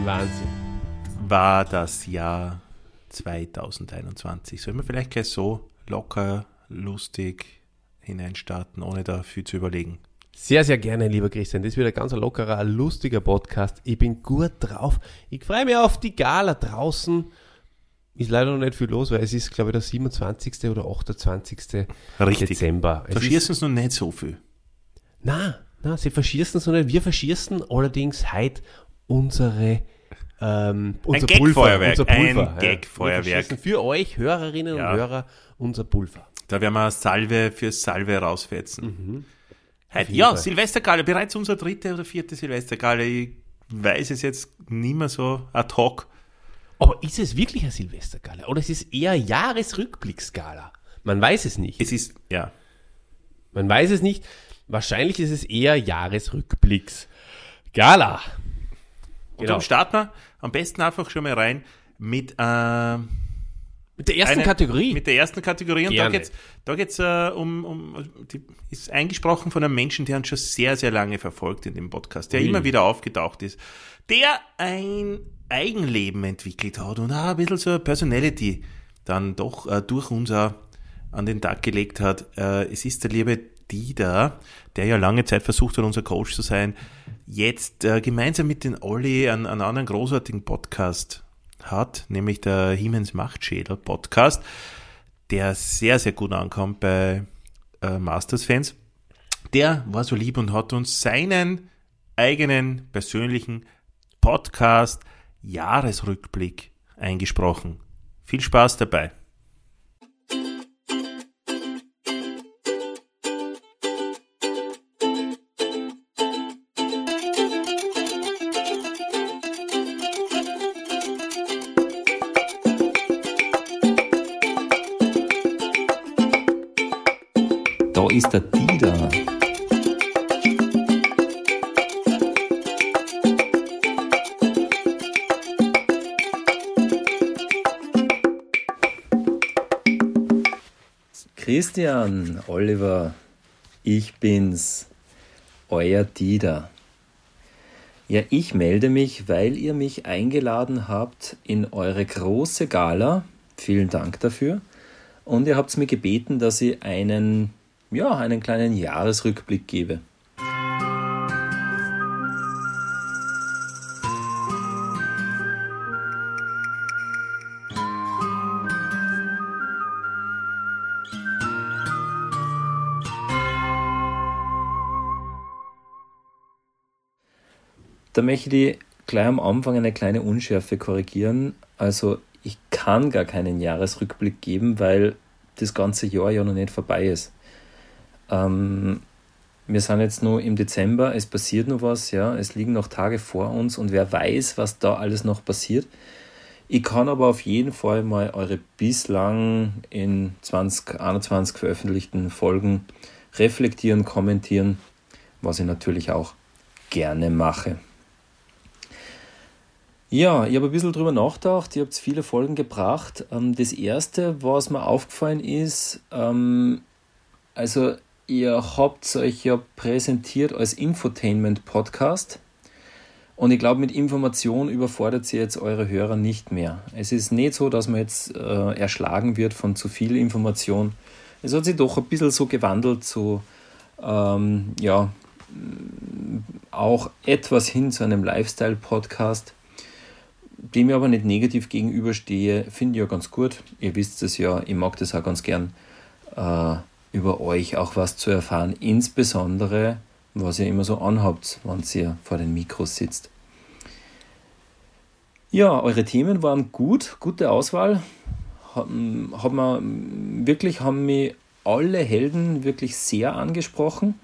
Wahnsinn. War das Jahr 2021. Sollen wir vielleicht gleich so locker, lustig hineinstarten, ohne da viel zu überlegen? Sehr, sehr gerne, lieber Christian. Das wird ein ganz lockerer, ein lustiger Podcast. Ich bin gut drauf. Ich freue mich auf die Gala draußen. Ist leider noch nicht viel los, weil es ist, glaube ich, der 27. oder 28. Richtig. Dezember. Da schießen sie noch nicht so viel. Nein, sie verschießen es noch nicht. Wir verschießen allerdings heute unser Gagfeuerwerk. Ein Gagfeuerwerk. Wir verschießen für euch, Hörerinnen und Hörer, unser Pulver. Da werden wir Salve für Salve rausfetzen. Mhm. Ja, Silvestergala, bereits unser 3. oder 4. Silvestergala. Ich weiß es jetzt nicht mehr so ad hoc. Aber ist es wirklich eine Silvestergala? Oder ist es eher Jahresrückblicksgala? Man weiß es nicht. Es ist, ja. Man weiß es nicht. Wahrscheinlich ist es eher Jahresrückblicksgala. Und darum starten wir am besten einfach schon mal rein mit der ersten Kategorie. Mit der ersten Kategorie. Und Gerne. da geht's die ist eingesprochen von einem Menschen, der uns schon sehr, sehr lange verfolgt in dem Podcast, der immer wieder aufgetaucht ist, der ein Eigenleben entwickelt hat und auch ein bisschen so eine Personality dann doch durch uns auch an den Tag gelegt hat. Es ist der liebe Dieter, der ja lange Zeit versucht hat, unser Coach zu sein, jetzt gemeinsam mit den Olli einen anderen großartigen Podcast hat, nämlich der Hiemens Machtschädel Podcast, der sehr, sehr gut ankommt bei Masters-Fans. Der war so lieb und hat uns seinen eigenen persönlichen Podcast Jahresrückblick eingesprochen. Viel Spaß dabei. Da ist der Dieter. Christian, Oliver, ich bin's, euer Dieter. Ja, ich melde mich, weil ihr mich eingeladen habt in eure große Gala. Vielen Dank dafür. Und ihr habt mir gebeten, dass ich einen kleinen Jahresrückblick gebe. Da möchte ich gleich am Anfang eine kleine Unschärfe korrigieren. Also ich kann gar keinen Jahresrückblick geben, weil das ganze Jahr ja noch nicht vorbei ist. Wir sind jetzt noch im Dezember, es passiert noch was, ja, es liegen noch Tage vor uns und wer weiß, was da alles noch passiert. Ich kann aber auf jeden Fall mal eure bislang in 2021 veröffentlichten Folgen reflektieren, kommentieren, was ich natürlich auch gerne mache. Ja, ich habe ein bisschen drüber nachgedacht, ihr habt viele Folgen gebracht. Das erste, was mir aufgefallen ist, also ihr habt euch ja präsentiert als Infotainment-Podcast und ich glaube, mit Information überfordert ihr jetzt eure Hörer nicht mehr. Es ist nicht so, dass man jetzt erschlagen wird von zu viel Information. Es hat sich doch ein bisschen so gewandelt zu, auch etwas hin zu einem Lifestyle-Podcast, dem ich aber nicht negativ gegenüberstehe, finde ich ja ganz gut. Ihr wisst es ja, ich mag das auch ganz gern, über euch auch was zu erfahren, insbesondere, was ihr immer so anhabt, wenn ihr vor den Mikros sitzt. Ja, eure Themen waren gute Auswahl. Haben mich alle Helden wirklich sehr angesprochen.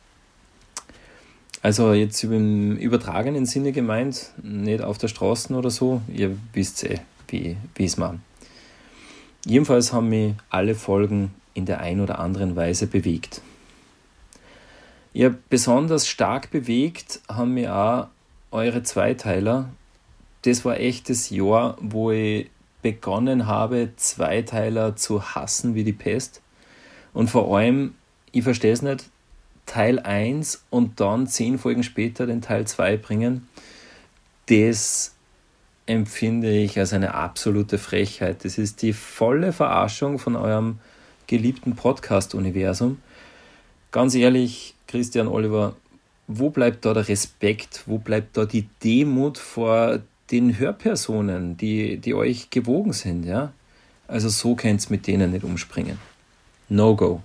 Also jetzt im übertragenen Sinne gemeint, nicht auf der Straße oder so. Ihr wisst wie es man. Jedenfalls haben mich alle Folgen in der ein oder anderen Weise bewegt. Ja, besonders stark bewegt haben mich auch eure Zweiteiler. Das war echt das Jahr, wo ich begonnen habe, Zweiteiler zu hassen wie die Pest. Und vor allem, ich verstehe es nicht, Teil 1 und dann 10 Folgen später den Teil 2 bringen, das empfinde ich als eine absolute Frechheit. Das ist die volle Verarschung von eurem geliebten Podcast-Universum. Ganz ehrlich, Christian, Oliver, wo bleibt da der Respekt? Wo bleibt da die Demut vor den Hörpersonen, die euch gewogen sind? Ja? Also so könnt ihr mit denen nicht umspringen. No go.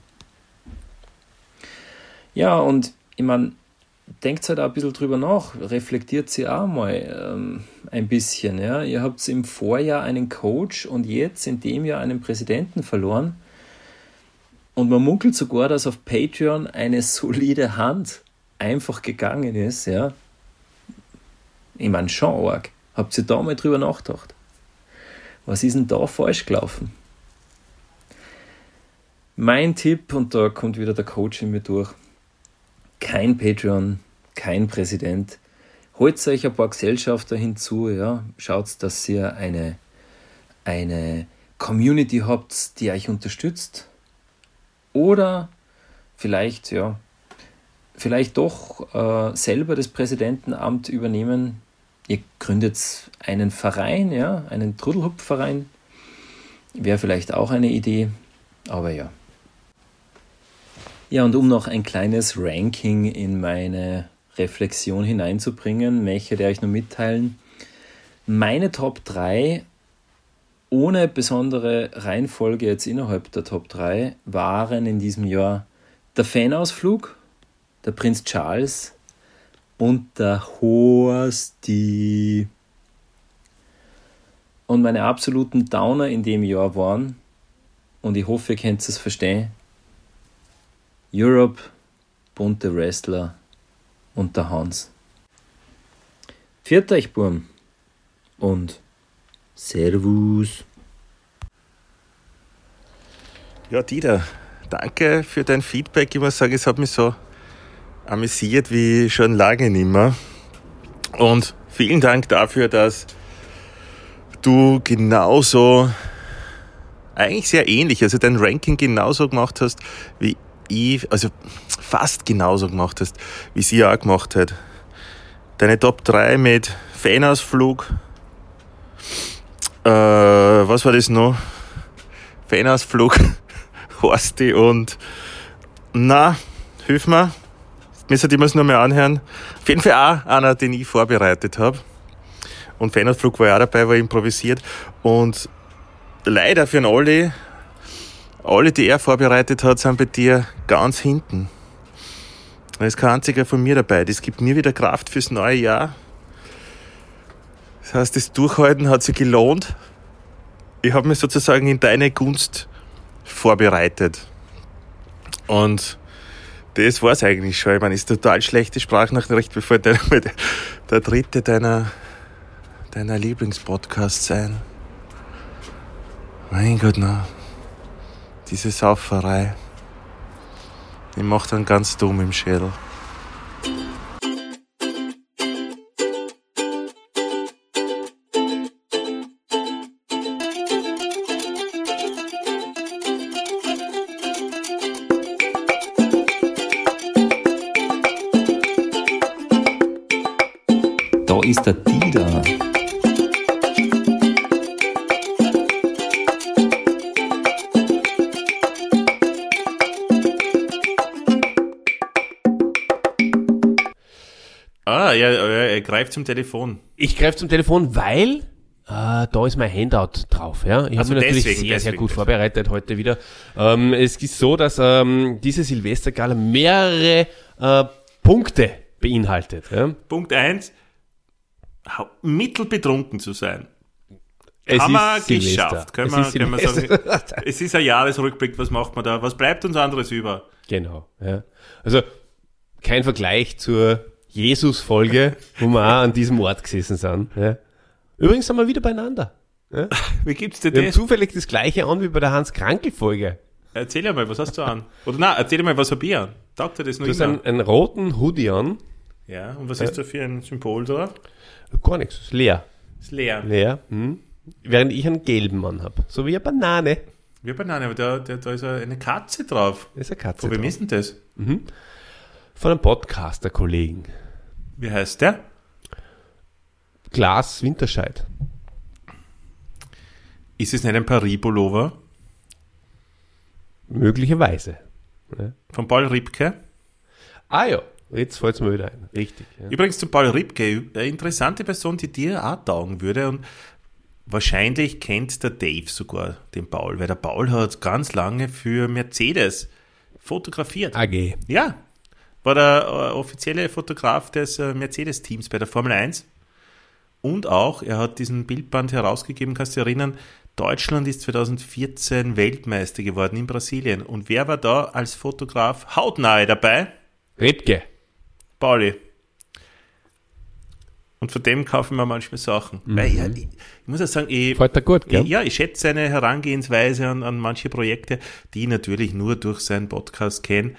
Ja, und ich meine, denkt halt auch ein bisschen drüber nach, reflektiert sie auch mal ein bisschen. Ja? Ihr habt im Vorjahr einen Coach und jetzt in dem Jahr einen Präsidenten verloren. Und man munkelt sogar, dass auf Patreon eine solide Hand einfach gegangen ist. Ja? Ich meine, schon arg. Habt ihr da mal drüber nachgedacht? Was ist denn da falsch gelaufen? Mein Tipp, und da kommt wieder der Coach in mir durch, kein Patreon, kein Präsident. Holt euch ein paar Gesellschafter hinzu, ja. Schaut, dass ihr eine Community habt, die euch unterstützt. Oder vielleicht doch selber das Präsidentenamt übernehmen. Ihr gründet einen Verein, ja, einen Trudelhupfverein. Wäre vielleicht auch eine Idee, aber ja. Ja, und um noch ein kleines Ranking in meine Reflexion hineinzubringen, möchte ich euch noch mitteilen. Meine Top 3, ohne besondere Reihenfolge jetzt innerhalb der Top 3, waren in diesem Jahr der Fanausflug, der Prinz Charles und der Horsti. Und meine absoluten Downer in dem Jahr waren, und ich hoffe, ihr könnt es verstehen, Europe, bunte Wrestler und der Hans. Pfiat euch, Burm. Und Servus. Ja, Dieter, danke für dein Feedback. Ich muss sagen, es hat mich so amüsiert wie schon lange nicht mehr. Und vielen Dank dafür, dass du genauso, eigentlich sehr ähnlich, also dein Ranking genauso gemacht hast, wie ich, also fast genauso gemacht hast, wie sie auch gemacht hat. Deine Top 3 mit Fanausflug, was war das noch? Fanausflug, Horsti und hilf mir, müssen wir es nur mal anhören. Auf jeden Fall auch einer, den ich vorbereitet habe. Und Fanausflug war ja auch dabei, war improvisiert. Und leider für alle, die er vorbereitet hat, sind bei dir ganz hinten. Da ist kein einziger von mir dabei. Das gibt mir wieder Kraft fürs neue Jahr. Das heißt, das Durchhalten hat sich gelohnt. Ich habe mich sozusagen in deine Gunst vorbereitet. Und das war es eigentlich schon. Ich meine, ist total schlechte Sprachnachricht, bevor der dritte deiner Lieblingspodcasts sein. Mein Gott, na. Diese Sauferei. Die macht dann ganz dumm im Schädel. Da ist der Dieter. Er greift zum Telefon. Ich greife zum Telefon, weil da ist mein Handout drauf. Ja? Ich habe mich natürlich sehr gut vorbereitet heute wieder. Es ist so, dass diese Silvestergala mehrere Punkte beinhaltet. Ja? Punkt 1, mittelbetrunken zu sein. Haben wir geschafft. Können wir sagen, es ist ein Jahresrückblick, was macht man da? Was bleibt uns anderes über? Genau. Ja. Also kein Vergleich zur Jesus-Folge, wo wir auch an diesem Ort gesessen sind. Ja. Übrigens sind wir wieder beieinander. Ja. Wie gibt's dir wir das? haben zufällig das gleiche an wie bei der Hans-Krankel-Folge. Erzähl ja mal, was hast du an? Oder nein, erzähl mal, was hab ich an? Taugt dir das noch immer? Du hast einen roten Hoodie an. Ja, und was ist da für ein Symbol drauf? Gar nichts, ist leer. Ist leer. Leer, während ich einen gelben Mann habe. So wie eine Banane. Wie eine Banane, aber da ist eine Katze drauf. Da ist eine Katze drauf. Von wem ist denn das? Von einem Podcaster-Kollegen. Wie heißt der? Klaas Winterscheid. Ist es nicht ein Paris-Pullover? Möglicherweise. Ja. Von Paul Ripke? Ah ja, jetzt fällt es mir wieder ein. Richtig. Ja. Übrigens zu Paul Ripke, eine interessante Person, die dir auch taugen würde. Und wahrscheinlich kennt der Dave sogar den Paul, weil der Paul hat ganz lange für Mercedes fotografiert. AG. Ja, war der offizielle Fotograf des Mercedes-Teams bei der Formel 1. Und auch, er hat diesen Bildband herausgegeben, kannst du dich erinnern, Deutschland ist 2014 Weltmeister geworden in Brasilien. Und wer war da als Fotograf hautnahe dabei? Ripke. Pauli. Und von dem kaufen wir manchmal Sachen. Weil ich muss ja sagen, Fällt dir gut, gell? ich schätze seine Herangehensweise an manche Projekte, die ich natürlich nur durch seinen Podcast kenne.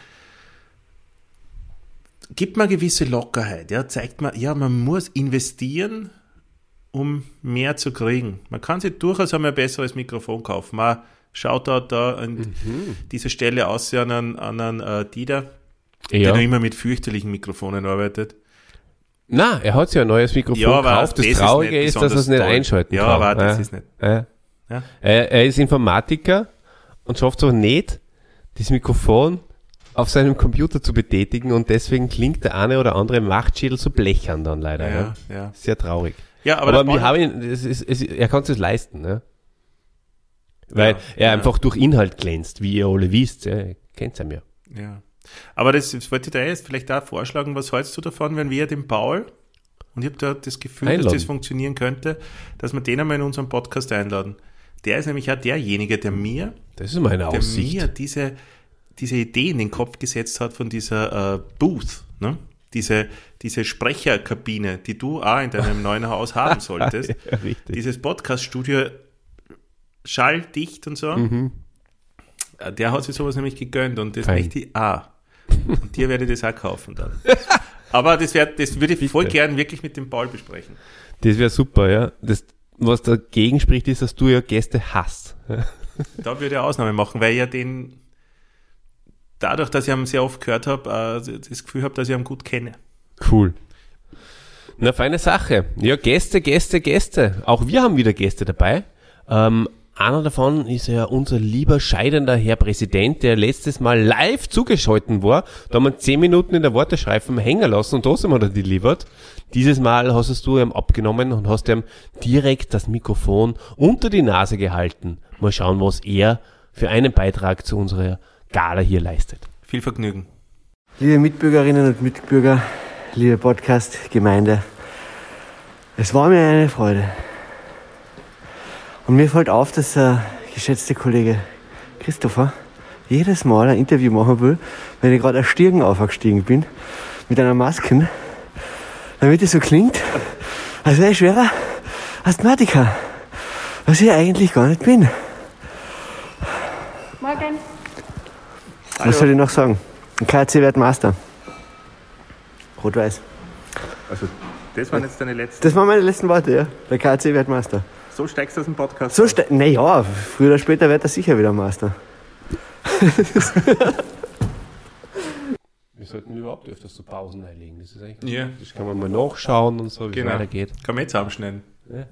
Gibt mir eine gewisse Lockerheit. Ja, zeigt mir, ja, man muss investieren, um mehr zu kriegen. Man kann sich durchaus einmal ein besseres Mikrofon kaufen. Man schaut da an dieser Stelle aus an einen Dieter, der noch immer mit fürchterlichen Mikrofonen arbeitet. Na, er hat sich ein neues Mikrofon gekauft. Das Traurige ist, dass er es nicht einschalten kann. Ja, aber das ist nicht. Ja. Er ist Informatiker und schafft es aber nicht, das Mikrofon auf seinem Computer zu betätigen und deswegen klingt der eine oder andere Machtschädel so blechern dann leider. Ja. Sehr traurig. Ja, aber wir haben ihn, er kann es sich leisten, ne? Weil er einfach durch Inhalt glänzt, wie ihr alle wisst. Ja, kennt ihr ja. Ja. Aber das wollte ich da jetzt vielleicht auch vorschlagen, was hältst du davon, wenn wir den Paul, und ich habe da das Gefühl, dass das funktionieren könnte, dass wir den einmal in unseren Podcast einladen. Der ist nämlich auch derjenige, der mir diese Idee in den Kopf gesetzt hat von dieser Booth, ne? Diese Sprecherkabine, die du auch in deinem neuen Haus haben solltest. Ja, richtig. Dieses Podcast-Studio, schalldicht und so. Der hat sich sowas nämlich gegönnt und das möchte ich auch. Und dir werde ich das auch kaufen dann. Aber das würde ich voll gern wirklich mit dem Paul besprechen. Das wäre super, ja. Was dagegen spricht, ist, dass du ja Gäste hast. Da würde ich eine Ausnahme machen, weil ich ja dadurch, dass ich ihn sehr oft gehört habe, das Gefühl habe, dass ich ihn gut kenne. Cool. Na, feine Sache. Ja, Gäste. Auch wir haben wieder Gäste dabei. Einer davon ist ja unser lieber scheidender Herr Präsident, der letztes Mal live zugeschalten war. Da haben wir 10 Minuten in der Warteschleife hängen lassen und trotzdem hat er delivered. Dieses Mal hast du ihm abgenommen und hast ihm direkt das Mikrofon unter die Nase gehalten. Mal schauen, was er für einen Beitrag zu unserer Gala hier leistet. Viel Vergnügen. Liebe Mitbürgerinnen und Mitbürger, liebe Podcast-Gemeinde, es war mir eine Freude. Und mir fällt auf, dass der geschätzte Kollege Christopher jedes Mal ein Interview machen will, wenn ich gerade ein Stirn aufgestiegen bin, mit einer Maske, damit es so klingt, als wäre ich schwerer Asthmatiker, was ich eigentlich gar nicht bin. Morgen. Was soll ich noch sagen? Ein KRC wird Master. Rot-Weiß. Also, das waren jetzt deine letzten. Das waren meine letzten Worte, ja. Der KRC wird Master. So steigst du aus dem Podcast. Naja, früher oder später wird er sicher wieder Master. Wir sollten überhaupt öfters so Pausen einlegen. Das ist eigentlich das kann man mal nachschauen und so, wie es weitergeht. Kann man jetzt zusammenschneiden. Ja.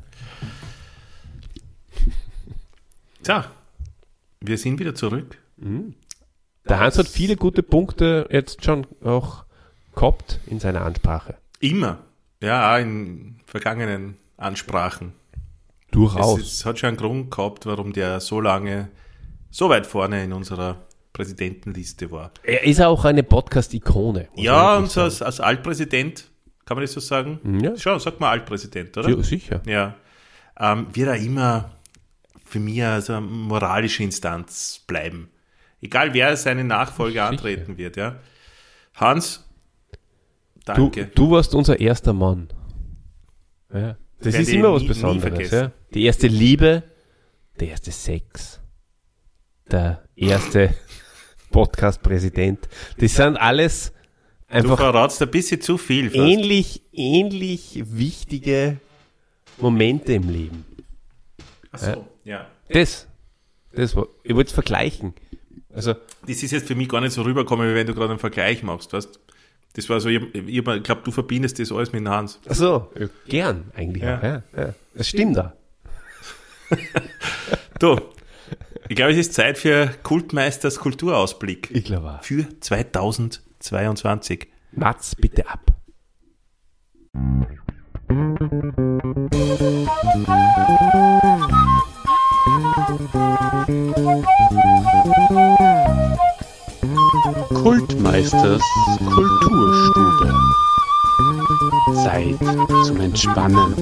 So, wir sind wieder zurück. Der Hans hat viele gute Punkte jetzt schon auch gehabt in seiner Ansprache. Immer. Ja, auch in vergangenen Ansprachen. Durchaus. Es hat schon einen Grund gehabt, warum der so lange, so weit vorne in unserer Präsidentenliste war. Er ist auch eine Podcast-Ikone. Ja, und so als Altpräsident, kann man das so sagen? Ja. Schon, sagt man Altpräsident, oder? Ja, sicher. Ja. Wird er immer für mich also eine moralische Instanz bleiben. Egal, wer seine Nachfolge antreten wird. Ja. Hans, danke. Du warst unser erster Mann. Ja. Das ist immer was Besonderes. Ja. Die erste Liebe, der erste Sex, der erste Podcast-Präsident. Das sind alles einfach du verratst ein bisschen zu viel. Fast. Ähnlich wichtige Momente im Leben. Ach so, ja. Das war, ich wollte es vergleichen. Also, das ist jetzt für mich gar nicht so rübergekommen, wie wenn du gerade einen Vergleich machst, weißt. Das war so, ich glaube, du verbindest das alles mit dem Hans. Ach so, gern eigentlich auch. Ja. Das stimmt da. Du, ich glaube, es ist Zeit für Kultmeisters Kulturausblick. Ich glaube auch. Für 2022. Mats, bitte ab. Kultmeisters Kulturstube. Zeit zum Entspannen.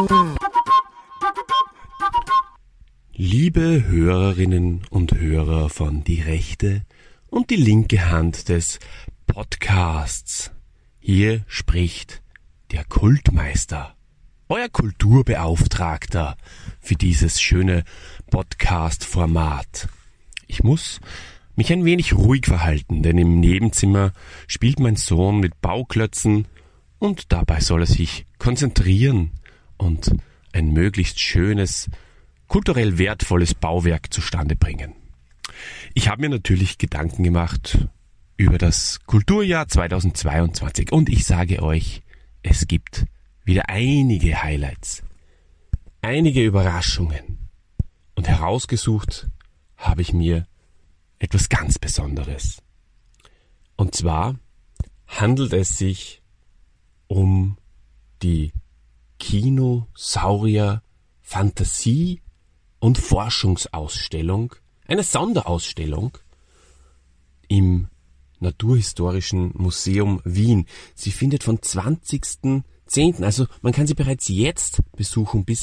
Liebe Hörerinnen und Hörer von die rechte und die linke Hand des Podcasts, hier spricht der Kultmeister, euer Kulturbeauftragter für dieses schöne Podcast-Format. Ich muss mich ein wenig ruhig verhalten, denn im Nebenzimmer spielt mein Sohn mit Bauklötzen und dabei soll er sich konzentrieren und ein möglichst schönes, kulturell wertvolles Bauwerk zustande bringen. Ich habe mir natürlich Gedanken gemacht über das Kulturjahr 2022 und ich sage euch, es gibt wieder einige Highlights, einige Überraschungen und herausgesucht habe ich mir etwas ganz Besonderes. Und zwar handelt es sich um die Kinosaurier Fantasie- und Forschungsausstellung, eine Sonderausstellung im Naturhistorischen Museum Wien. Sie findet von 20.10., also man kann sie bereits jetzt besuchen, bis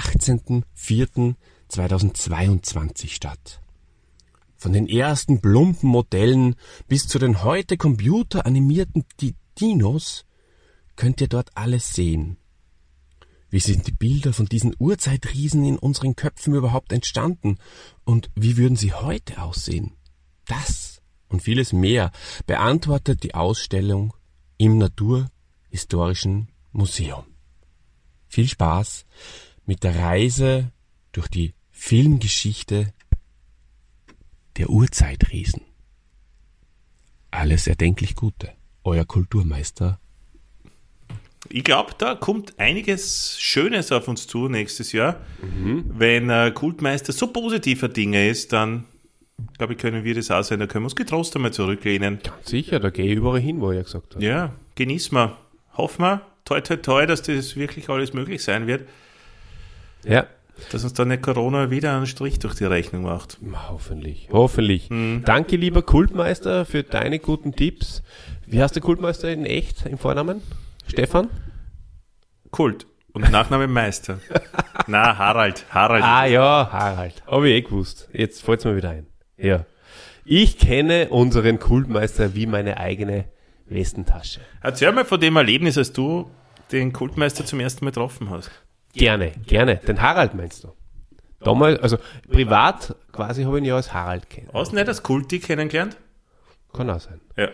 18.04.2022 statt. Von den ersten plumpen Modellen bis zu den heute computeranimierten Dinos könnt ihr dort alles sehen. Wie sind die Bilder von diesen Urzeitriesen in unseren Köpfen überhaupt entstanden? Und wie würden sie heute aussehen? Das und vieles mehr beantwortet die Ausstellung im Naturhistorischen Museum. Viel Spaß mit der Reise durch die Filmgeschichte der Urzeitriesen. Alles erdenklich Gute. Euer Kulturmeister. Ich glaube, da kommt einiges Schönes auf uns zu nächstes Jahr. Wenn Kultmeister so positiver Dinge ist, dann glaube ich, können wir das auch sein. Da können wir uns getrost einmal zurücklehnen. Ganz sicher, da gehe ich überall hin, wo er gesagt hat. Ja, genießen wir. Hoffen wir, toi, toi, toi, dass das wirklich alles möglich sein wird. Ja. Dass uns dann nicht Corona wieder einen Strich durch die Rechnung macht. Hoffentlich. Hoffentlich. Danke, lieber Kultmeister, für deine guten Tipps. Wie heißt der Kultmeister in echt, im Vornamen? Stefan? Kult. Und Nachname Meister. Na, Harald. Ah ja, Harald. Habe ich gewusst. Jetzt fällt es mir wieder ein. Ja. Ich kenne unseren Kultmeister wie meine eigene Westentasche. Erzähl mal von dem Erlebnis, als du den Kultmeister zum ersten Mal getroffen hast. Gerne. Den Harald meinst du? Damals, also privat quasi habe ich ihn ja als Harald kennen. Hast du nicht als Kulti kennengelernt? Kann auch sein. Ja.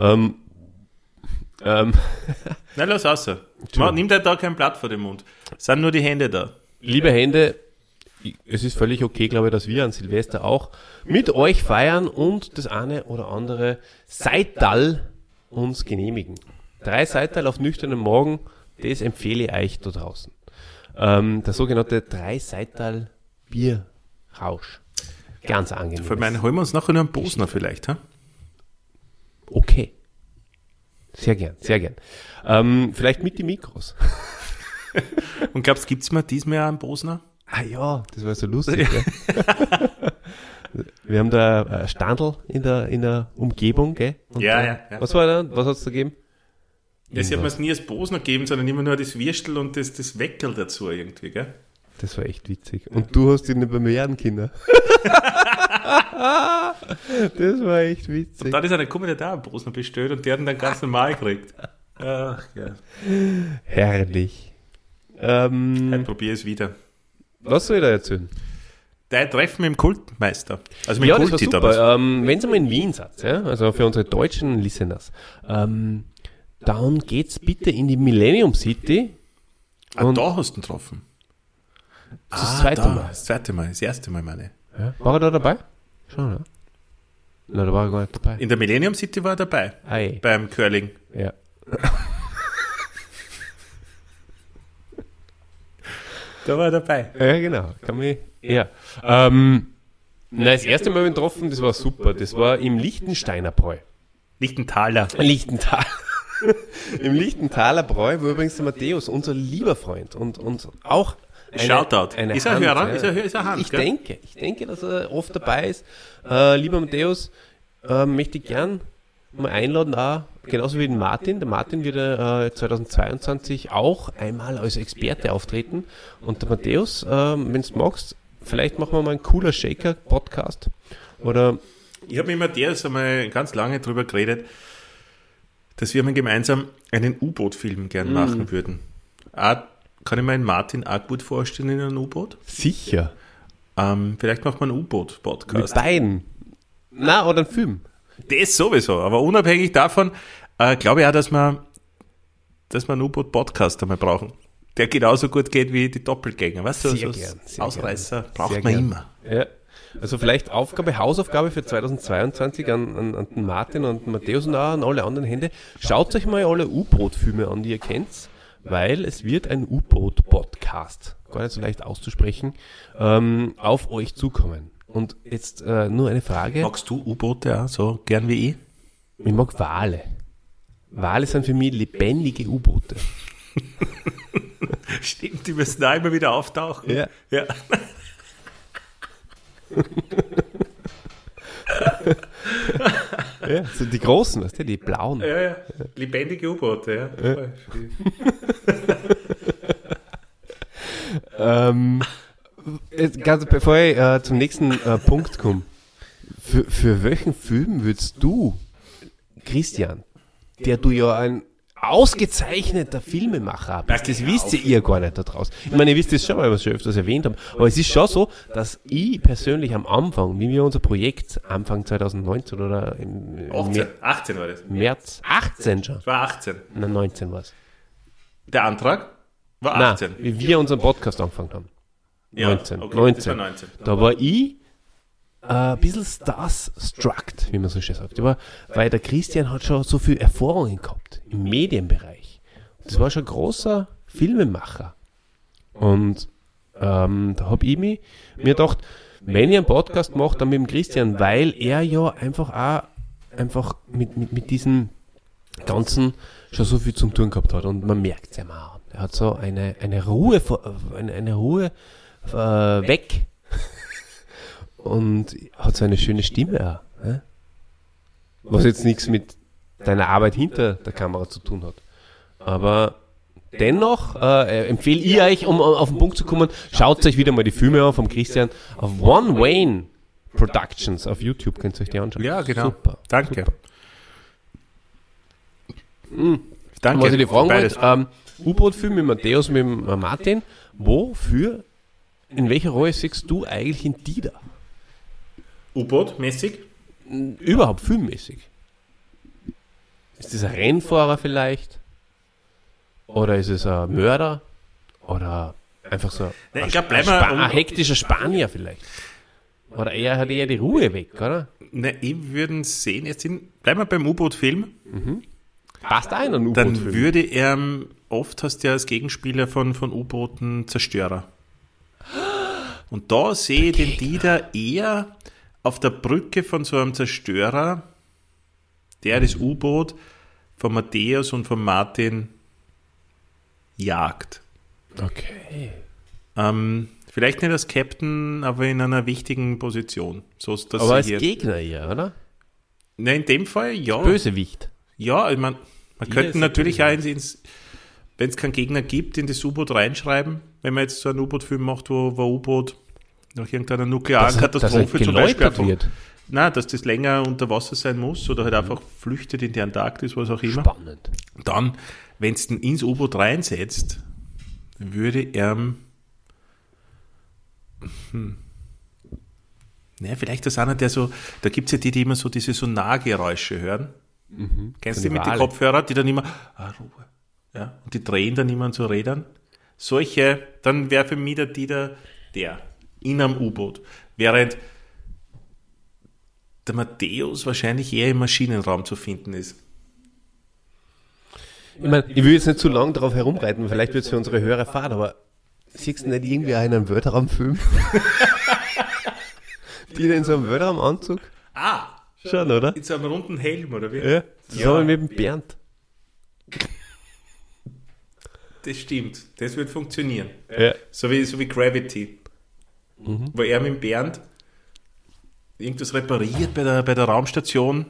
Ähm, Na, lass raus. Nimm dir da kein Blatt vor den Mund. Es sind nur die Hände da. Liebe Hände, es ist völlig okay, glaube ich, dass wir an Silvester auch mit euch feiern und das eine oder andere Seital uns genehmigen. 3 Seital auf nüchternen Morgen, das empfehle ich euch da draußen. Der sogenannte 3 Seital Bierrausch. Ganz angenehm. Für meinen holen wir uns nachher noch einen Bosner vielleicht, ha? Okay. Sehr gern. Vielleicht mit den Mikros. Und glaubst du, gibt es mal diesmal einen Bosner? Ah ja, das war so lustig. Gell? Wir haben da ein Standl in der Umgebung, gell? Und Ja. Was war da? Was hat es da gegeben? Das hat man es nie als Bosner gegeben, sondern immer nur das Würstel und das Weckerl dazu irgendwie, gell? Das war echt witzig. Und du hast ihn nicht beim Erdenkinder. Das war echt witzig. Und dann ist einer gekommen, der da einen Bosner bestellt und der hat ihn dann ganz normal gekriegt. Ach, ja. Herrlich. Heute probiere ich es wieder. Was soll ich da erzählen? Dein Treffen mit dem Kultmeister. Also mit Ja, dem das war Kulti super. damals. Wenn ihr mal in Wien seid, ja, also für unsere deutschen Listeners, dann geht's bitte in die Millennium City. Und Da hast du ihn getroffen. das zweite da, Mal. Das zweite Mal, das erste Mal meine. Ja. War er da dabei? Schon, ja. Nein, da war er gar nicht dabei. In der Millennium City war er dabei. Ei. Beim Curling. Ja. Da war er dabei. Ja, genau. Kann mich, ja. Das erste Mal getroffen, das war super. Das war im Liechtensteiner Bräu. Lichtenthaler. Lichtental. Im Lichtenthaler Bräu, wo übrigens der Matthäus, unser lieber Freund und auch Shoutout. Ist er Hörer? Ja. Ist er Hand, Ich gell? denke, dass er oft dabei ist. Lieber Matthäus, möchte ich gern mal einladen, auch, genauso wie den Martin. Der Martin wird 2022 auch einmal als Experte auftreten. Und der Matthäus, wenn du magst, vielleicht machen wir mal einen cooler Shaker-Podcast. Oder Ich habe mit Matthäus einmal ganz lange drüber geredet, dass wir mal gemeinsam einen U-Boot-Film gern machen würden. Auch, kann ich mir einen Martin auch gut vorstellen in einem U-Boot? sicher. Vielleicht macht man einen Mit U-Boot-Podcast. beiden. Na, oder einen Film. Das sowieso, aber unabhängig davon glaube ich auch, dass wir einen U-Boot-Podcast einmal brauchen. Der genauso gut geht wie die Doppelgänger. Weißt du, Sehr so gern, sehr Ausreißer gern. braucht Sehr man gern. immer. Ja. Also vielleicht Hausaufgabe für 2022 an den Martin und den Matthäus und auch an alle anderen Hände. Schaut euch mal alle U-Boot-Filme an, die ihr kennt, weil es wird ein U-Boot-Podcast, gar nicht so leicht auszusprechen, auf euch zukommen. Und jetzt nur eine Frage. Magst du U-Boote auch so gern wie ich? Ich mag Wale. Wale sind für mich lebendige U-Boote. Stimmt, die müssen da immer wieder auftauchen. Ja. Ja. Ja, so die großen, weißt du, die blauen. Ja. Lebendige U-Boote, ja. Jetzt, ganz bevor ich zum nächsten Punkt komme, für welchen Film würdest du, Christian, der du ja ein ausgezeichneter Filmemacher bist, das wisst ihr gar nicht da draußen. Ich meine, ihr wisst es schon, weil wir es schon öfters erwähnt haben, aber es ist schon so, dass ich persönlich am Anfang, wie wir unser Projekt Anfang 2019 oder im 18 war das. März 18 schon, Das war 18. nein, 19 war es. Der Antrag war Nein, 18. wie wir unseren Podcast angefangen haben. Ja, 19. okay, 19. das war 19. Da war ich ein bisschen starstruck, wie man so schön sagt. Weil der Christian hat schon so viel Erfahrungen gehabt im Medienbereich. Das war schon ein großer Filmemacher. Und da habe ich mir gedacht, wenn ich einen Podcast mache, dann mit dem Christian, weil er ja einfach mit diesem Ganzen schon so viel zum tun gehabt hat. Und man merkt es ja mal. Er hat so eine Ruhe, eine Ruhe weg. Und hat so eine schöne Stimme auch. Ne? Was jetzt nichts mit deiner Arbeit hinter der Kamera zu tun hat. Aber dennoch empfehle ich euch, um auf den Punkt zu kommen, schaut euch wieder mal die Filme an vom Christian auf One Wayne Productions auf YouTube, könnt ihr euch die anschauen. Ja, genau. Super. Danke. Super. Danke. Was ich dir fragen Beides. wollte, U-Boot-Film mit Matthäus, mit dem Martin, in welcher Rolle siehst du eigentlich in Dieter? U-Boot-mäßig? Überhaupt filmmäßig. Ist das ein Rennfahrer vielleicht? Oder ist es ein Mörder? Oder einfach so Ich glaube, bleiben wir ein hektischer Spanier vielleicht? Oder er hat eher die Ruhe weg, oder? Ne, ich würde sehen, bleiben wir beim U-Boot-Film. Passt ein an Dann U-Boot-Film. würde er, oft hast du ja als Gegenspieler von U-Booten Zerstörer. Und da sehe ich den Dieter eher auf der Brücke von so einem Zerstörer, der das U-Boot von Matthäus und von Martin jagt. Okay. Vielleicht nicht als Captain, aber in einer wichtigen Position. So, dass Aber als sie hier, Gegner eher, oder? ne, in dem Fall, ja. Bösewicht. Ja, ich mein, man Jeder könnte ist ein natürlich auch Bösewicht. wenn es keinen Gegner gibt, in das U-Boot reinschreiben, wenn man jetzt so einen U-Boot-Film macht, wo U-Boot nach irgendeiner nuklearen Katastrophe zum Beispiel einfach, wird. nein, dass das länger unter Wasser sein muss oder halt einfach flüchtet in die Antarktis, was auch immer. Spannend. Dann, wenn es den ins U-Boot reinsetzt, würde er vielleicht ist einer, der so, da gibt es ja die immer so diese Sonargeräusche hören. Kennst du die Von mit den Wale. Kopfhörern, die dann immer, Ruhe. Ja, und die drehen dann immer an so Rädern. Solche, dann wäre für mich der Dieter der in einem U-Boot. Während der Matthäus wahrscheinlich eher im Maschinenraum zu finden ist. Ich meine, ich will jetzt nicht zu lange darauf herumreiten, vielleicht wird es für unsere Hörer fad, aber siehst du nicht irgendwie auch in einem Weltraumfilm? Die in so einem Weltraumanzug? Schon, oder? In so einem runden Helm, oder wie? Ja, zusammen mit dem Bernd. Das stimmt. Das wird funktionieren. Ja. So wie Gravity. Wo er mit dem Bernd irgendwas repariert bei der Raumstation.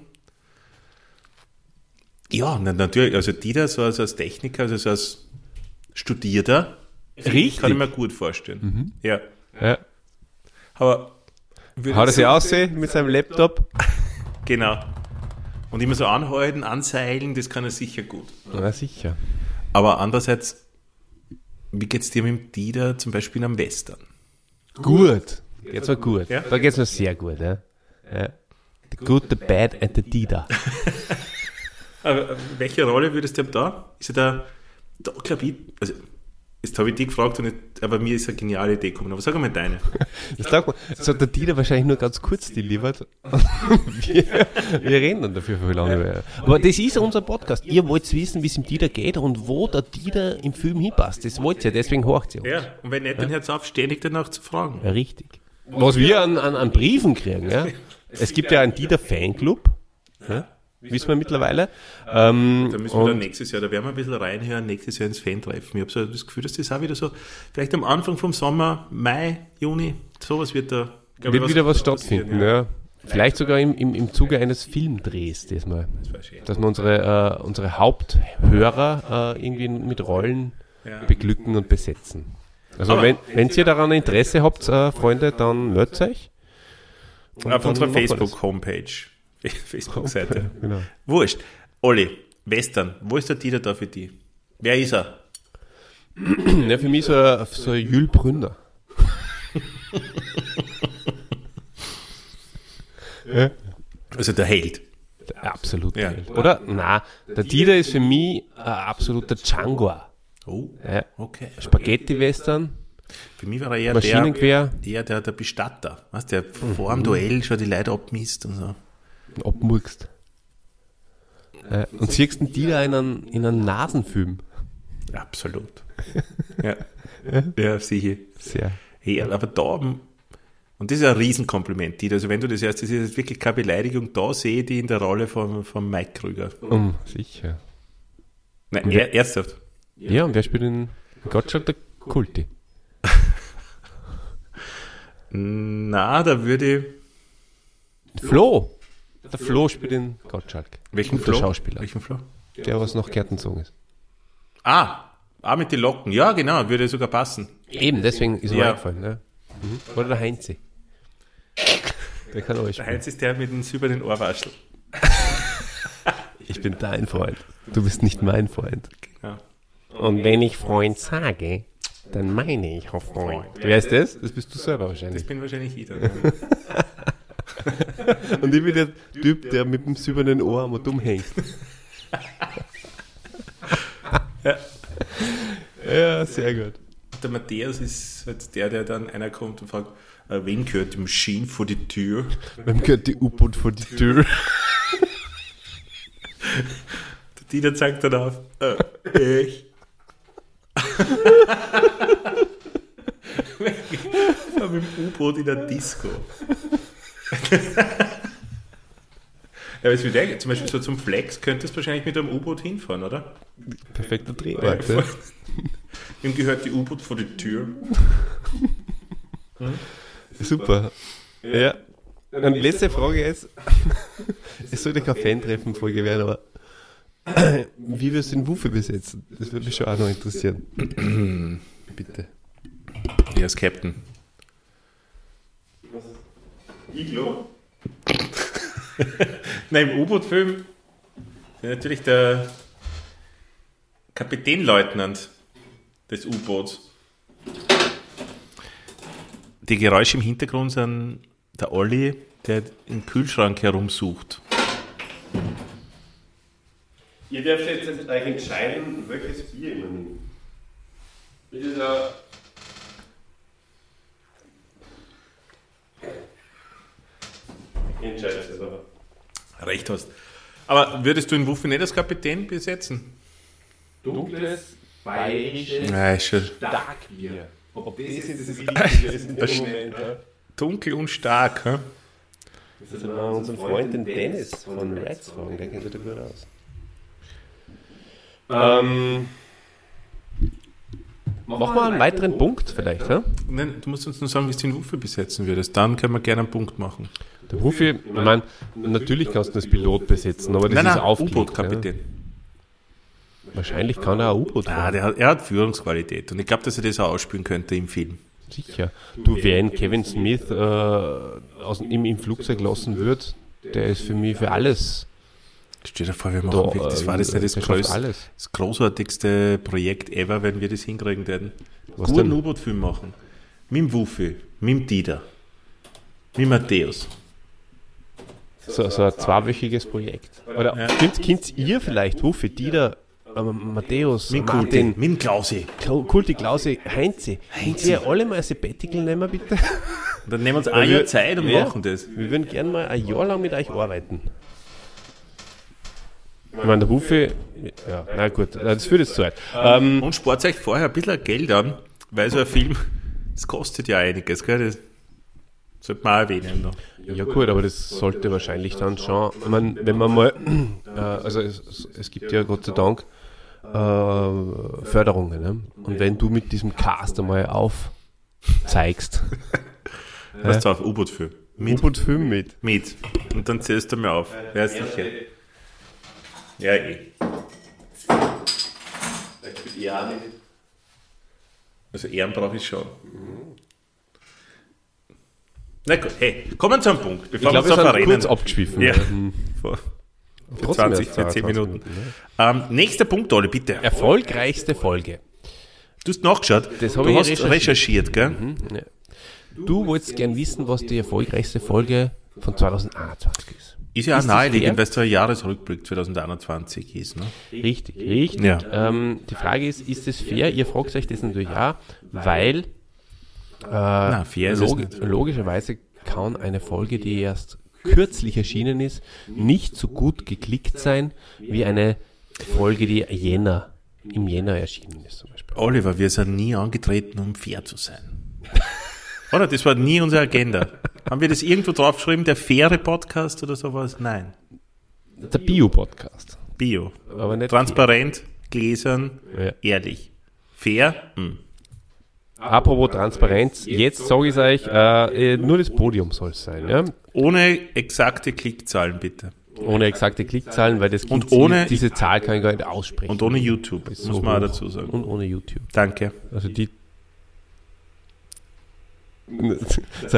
Ja, natürlich. Also Dieter so als Techniker, also so als Studierter. Richtig. Kann ich mir gut vorstellen. Ja. Ja. Aber Hat er sich aussehen mit seinem Laptop? Genau. Und immer so anhalten, anseilen, das kann er sicher gut. Na sicher. Aber andererseits, wie geht's dir mit dem Dieter zum Beispiel am Western? Gut. Geht's mir gut. Ja? Da geht's mir sehr gut. Ja. Ja. The Good, the Bad and the Dieter. Aber welche Rolle würdest du ihm da? Ist er da glaube ich, also jetzt habe ich dich gefragt, aber mir ist eine geniale Idee gekommen. Aber sag mal deine. Das hat der Dieter wahrscheinlich nur ganz kurz delivert. Wir reden dann dafür für lange mehr. Aber das ist unser Podcast. Ihr wollt wissen, wie es dem Dieter geht und wo der Dieter im Film hinpasst. Das wollt ihr, deswegen horcht ihr uns. Ja, und wenn nicht, dann hört es auf, ständig danach zu fragen. Ja, richtig. Was wir an Briefen kriegen, ja. Es gibt ja einen Dieter-Fanclub, ja, wissen wir mittlerweile. Da müssen wir dann nächstes Jahr, da werden wir ein bisschen reinhören, nächstes Jahr ins Fan-Treffen. Ich habe so das Gefühl, dass das auch wieder so, vielleicht am Anfang vom Sommer, Mai, Juni, sowas wird da, glaube wird wieder was stattfinden, ja. Vielleicht sogar im Zuge eines Filmdrehs diesmal. Dass wir unsere Haupthörer irgendwie mit Rollen beglücken und besetzen. Also wenn ihr daran Interesse habt, Freunde, dann meldet euch. Auf unserer Facebook-Homepage. Facebook-Seite. Genau. Wurscht. Olli, Western, wo ist der Dieter da für dich? Wer ist er? Ja, für mich so ein Jules Brünner. Ja. Also der Held. Der absolute Ja. Held. Oder? Na, der Dieter ist für mich ein absoluter Django. Oh, Ja. okay. Spaghetti-Western, Für mich war er eher Maschinengewehr, der Bestatter. Weißt, der vor dem Duell schon die Leute abmisst und so. abmurkst. Und siehst du Dieter in einem Nasenfilm? Absolut. Ja, sicher. Sehr. Hey, aber da, und das ist ein Riesenkompliment, Dieter. Also wenn du das hörst, das ist jetzt wirklich keine Beleidigung, da sehe ich die in der Rolle von Mike Krüger. Sicher. Nein, ernsthaft. Ja, und wer spielt in Gottschalk? Der Kulti. Na, da würde ich... Flo. Der Flo spielt in Gottschalk. Welchen Guter Flo? Schauspieler. Welchen Flo? Der, was nach Kärntenzogen ist. Mit den Locken. Ja, genau, würde sogar passen. Eben, deswegen ist mir Ja. eingefallen. Ne? Oder der Heinzi. Der kann alles Der spielen. Heinz ist der mit dem silbernen Ohrwaschel. Ich bin dein Freund. Du bist nicht mein Freund. Genau. Und wenn ich Freund sage, dann meine ich auch Freund. Wer ist das? Das bist du selber wahrscheinlich. Das bin wahrscheinlich ich dann. Und ich bin der Typ, der mit dem silbernen Ohr am dumm hängt. Ja, sehr gut. Der Matthäus ist halt der dann einer kommt und fragt, wem gehört die Maschine vor die Tür? Wem gehört die U-Boot vor die Tür? Der Dieter zeigt dann auf, ich. Ich war mit dem U-Boot in der Disco. Ja, aber zum Beispiel so zum Flex könntest du wahrscheinlich mit einem U-Boot hinfahren, oder? Perfekter Drehort. Ja. Ihm gehört die U-Boot vor die Tür. Super. Ja. Und letzte Frage ist, es sollte kein Fan-Treffen-Folge werden, aber wie wirst du den Wuffe besetzen? Das würde mich schon auch noch interessieren. Bitte. Ja, als Captain. Iglo? Nein, im U-Boot-Film ist natürlich der Kapitänleutnant des U-Boots. Die Geräusche im Hintergrund sind der Olli, der im Kühlschrank herumsucht. Ihr dürft jetzt euch entscheiden, welches Bier ihr nimmt. Das ist ein... Entscheidet es aber. Recht hast. Aber würdest du in Wuffe nicht als Kapitän besetzen? Dunkles, bayerisches Nein, schon. Starkbier. Ob das jetzt das Lied ist in dem Moment. Ja. Dunkel und stark. Hm? Das ist unseren Freund den Dennis von Reds fragen, der kennt sich da gut aus. Machen wir einen weiteren Punkt vielleicht, ja? Nein, du musst uns nur sagen, wie du den Wuffe besetzen würdest. Dann können wir gerne einen Punkt machen. Der Wuffe, ich meine, natürlich kannst du das Pilot besetzen, aber das ist aufgelegt. U-Boot-Kapitän. Ja. Wahrscheinlich kann er auch U-Boot Ah, fahren. er hat Führungsqualität und ich glaube, dass er das auch ausspielen könnte im Film. Sicher. Du, wer einen Kevin Smith im Flugzeug lassen wird, der ist für mich für alles. Stell dir vor, wir machen wirklich, das war das nicht das großartigste Projekt ever, wenn wir das hinkriegen werden. Was Guten denn? U-Boot-Film machen. Mit dem Wuffi, mit dem Dieter, mit dem Matthäus. So ein zweiwöchiges Projekt. Oder Ja. könnt ihr vielleicht, Wuffe, Dieter, Matthäus, Mit Martin, mit dem Klausi. Kulti, Klause, Heinze. Könnt ihr alle mal ein Sabbatical nehmen, bitte? Dann nehmen wir uns ein Jahr Zeit und Ja. machen das. Wir würden gerne mal ein Jahr lang mit euch arbeiten. Ich meine, der Wuffe, ja, na gut, das führt jetzt zu weit. Und spart euch vorher ein bisschen Geld an, weil so ein Film, das kostet ja einiges, gell? Das sollte man auch erwähnen. Noch. Ja gut, aber das sollte wahrscheinlich dann schon, ich meine, wenn man mal, also es gibt ja Gott sei Dank Förderungen, ne? Und wenn du mit diesem Cast einmal aufzeigst, Was drauf? U-Boot-Film. U-Boot-Film mit. Mit. Und dann zählst du mir auf. Wer ist sicher? Ja, eh. Also Ehren brauche ich schon. Na gut, hey, kommen wir zu einem Punkt. Ich Bevor glaube, wir wir uns sind auf kurz abgeschwiffen. Ja. Mhm. Vor Trotzdem 20, erst für 10 Minuten. ne? Nächster Punkt, Olli, bitte. Erfolgreichste Folge. Du hast nachgeschaut. Das hab du ich hast recherchiert. recherchiert, gell? Ja. Du wolltest gern wissen, was die erfolgreichste Folge von 2021 ist. Ist ja auch Ist das naheliegend, fair? weil es so ein Jahresrückblick 2021 ist. Ne? Richtig. Ja. Die Frage ist es fair? Ihr fragt euch das natürlich auch, weil Na, fair ist es nicht. logischerweise kann eine Folge, die erst kürzlich erschienen ist, nicht so gut geklickt sein wie eine Folge, die im Jänner erschienen ist zum Beispiel. Oliver, wir sind nie angetreten, um fair zu sein. Oder? Das war nie unsere Agenda. Haben wir das irgendwo draufgeschrieben, der faire Podcast oder sowas? Nein. Der Bio-Podcast. Bio. Aber nicht Transparent, gläsern, Ja. ehrlich. Fair? Apropos Transparenz, jetzt sage ich euch, nur das Podium soll es sein. Ja? Ohne exakte Klickzahlen, bitte. Ohne exakte Klickzahlen, weil das Und ohne- diese Zahl kann ich gar nicht aussprechen. Und ohne YouTube, Ist muss so man auch hoch. dazu sagen. Und ohne YouTube. Danke. Also die. So,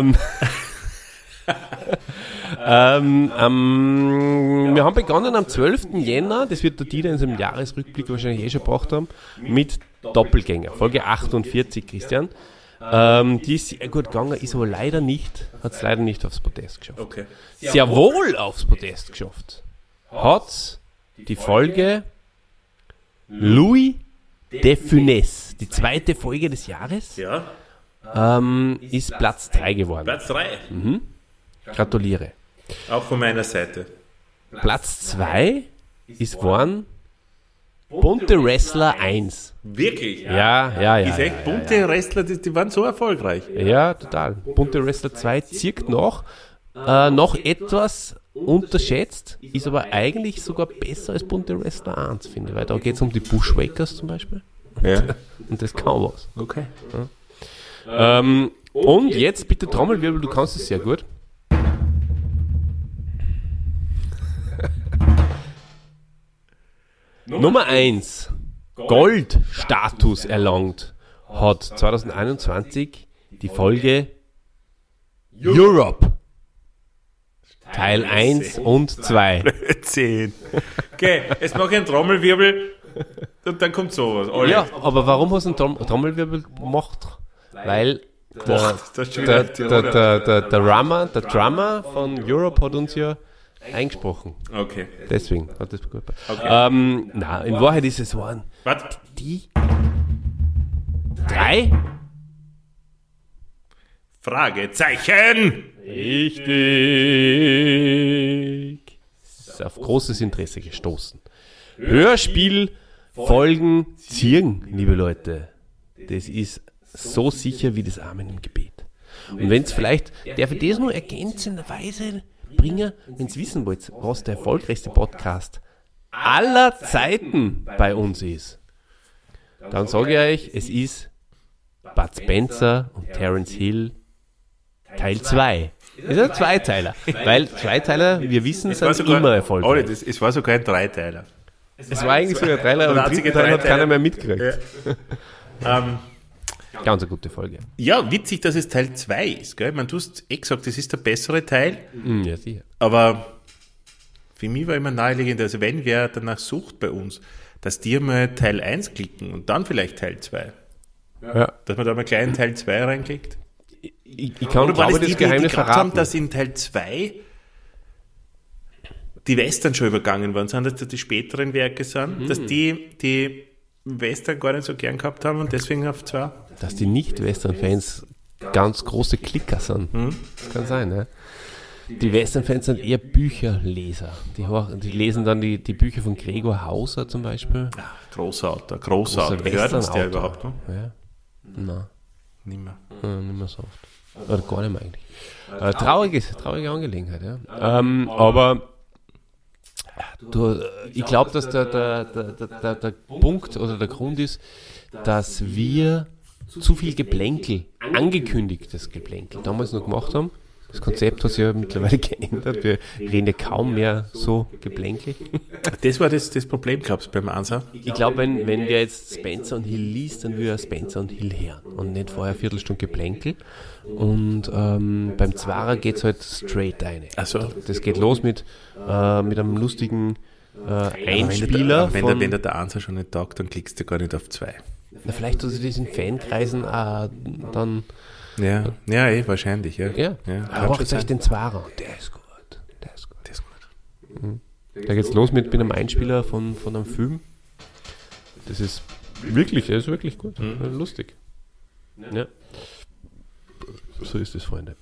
wir haben begonnen am 12. Jänner, das wird der Dieter in seinem Jahresrückblick wahrscheinlich schon gebracht haben, mit Doppelgänger, Folge 48, Christian. Die ist sehr gut gegangen, ist aber leider nicht, hat es leider nicht aufs Podest geschafft. Okay. Sehr wohl aufs Podest geschafft. Hat die Folge Louis de Funès, die zweite Folge des Jahres, Ja. ist Platz 3 geworden. Platz 3. Gratuliere. Auch von meiner Seite. Platz 2 ist worden Bunte Wrestler 1. Wirklich? Ja. Ist echt bunte Wrestler, die waren so erfolgreich. Ja, total. Bunte Wrestler 2 zirkt noch etwas unterschätzt, ist aber eigentlich sogar besser als Bunte Wrestler 1, finde ich, weil da geht es um die Bushwhackers zum Beispiel. Ja. Und das kann was. Okay. Und jetzt bitte Trommelwirbel, du kannst es sehr gut. Nummer 1. Goldstatus erlangt hat 2021 die Folge Europe. Teil 1 und 2. 10. Okay, jetzt mache ich einen Trommelwirbel und dann kommt sowas. Olli. Ja, aber warum hast du einen Trommelwirbel gemacht? Weil der Drummer von Europe hat uns ja eingesprochen. Okay. Deswegen hat das gut gepasst. Na, in Wahrheit ist es waren Was? die 3. Fragezeichen! Richtig. Ist auf großes Interesse gestoßen. Hörspielfolgen ziehen, liebe Leute. Das ist so sicher wie das Amen im Gebet. Und wenn es vielleicht, darf ich das nur ergänzenderweise bringen, wenn ihr wissen wollt, was der erfolgreichste Podcast aller Zeiten bei uns ist, dann sage ich euch, es ist Bud Spencer und Terence Hill Teil 2. Das ist ein Zweiteiler, weil Zweiteiler, wir wissen, sind immer erfolgreich. Es war sogar ein Dreiteiler. Es war eigentlich sogar ein Dreiteiler, aber den dritten Teil hat keiner mehr mitgekriegt. Ja. Ganz eine gute Folge. Ja, witzig, dass es Teil 2 ist. Gell? Du hast gesagt, das ist der bessere Teil. Ja, sicher. Aber für mich war immer naheliegend, also wenn wer danach sucht bei uns, dass die mal Teil 1 klicken und dann vielleicht Teil 2. Ja. Dass man da mal gleich Teil 2 reinklickt. Ich kann, Oder war glaube, das das die Geheimnis gehabt verraten. haben, dass in Teil 2 die Western schon übergangen worden sind, dass das die späteren Werke sind, dass die Western gar nicht so gern gehabt haben und deswegen auf 2. Dass die Nicht-Western-Fans ganz große Klicker sind. Das kann sein, ne? Die Western-Fans sind eher Bücherleser. Die lesen dann die Bücher von Gregor Hauser zum Beispiel. Großer Autor. Hört uns der überhaupt noch? Ja. Nein. Nicht mehr. Nicht mehr so oft. Oder gar nicht mehr eigentlich. Traurige Angelegenheit, ja. Aber ich glaube, dass der Punkt oder der Grund ist, dass wir zu viel Geplänkel, angekündigtes Geplänkel, damals noch gemacht haben. Das Konzept hat sich ja mittlerweile geändert. Wir reden ja kaum mehr so Geplänkel. Das war das Problem, glaubst du, beim Ansa? Ich glaube, wenn wir jetzt Spencer und Hill liest, dann will er Spencer und Hill hören und nicht vorher eine Viertelstunde Geplänkel. Und beim Zwarer geht es halt straight rein. Also, das geht los mit einem lustigen Einspieler. Wenn der Ansa schon nicht taugt, dann klickst du gar nicht auf 2. Na, vielleicht tut sich das in Fankreisen dann... Ja, wahrscheinlich, ja. Ja, hört euch den Zwarer. Der ist gut. Da geht's los mit einem Einspieler von einem Film. Der ist wirklich gut. Lustig. Ja. So ist es, Freunde.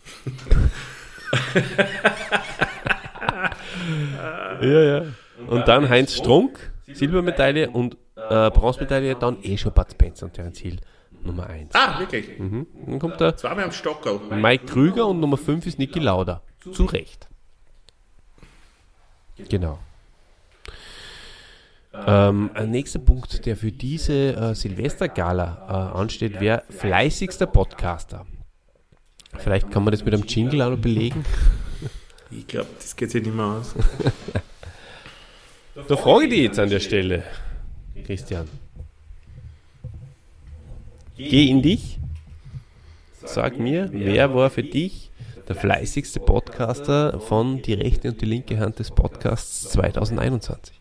ja. Und dann Heinz Strunk, Silbermedaille und Bronzemedaille, dann schon Bud Spencer und Terence Hill, Nummer 1. Ah, wirklich? Dann kommt der Zweimal am Stockerl. Mike Krüger und Nummer 5 ist Niki Lauda. Zu Recht. Genau. Ein nächster Punkt, der für diese Silvestergala ansteht, wäre fleißigster Podcaster. Vielleicht kann man das mit einem Jingle auch noch belegen. Ich glaube, das geht sich nicht mehr aus. Da frage ich dich jetzt an der Stelle, Christian. Geh in dich. Sag mir, wer war für dich der fleißigste Podcaster von Die rechte und die linke Hand des Podcasts 2021?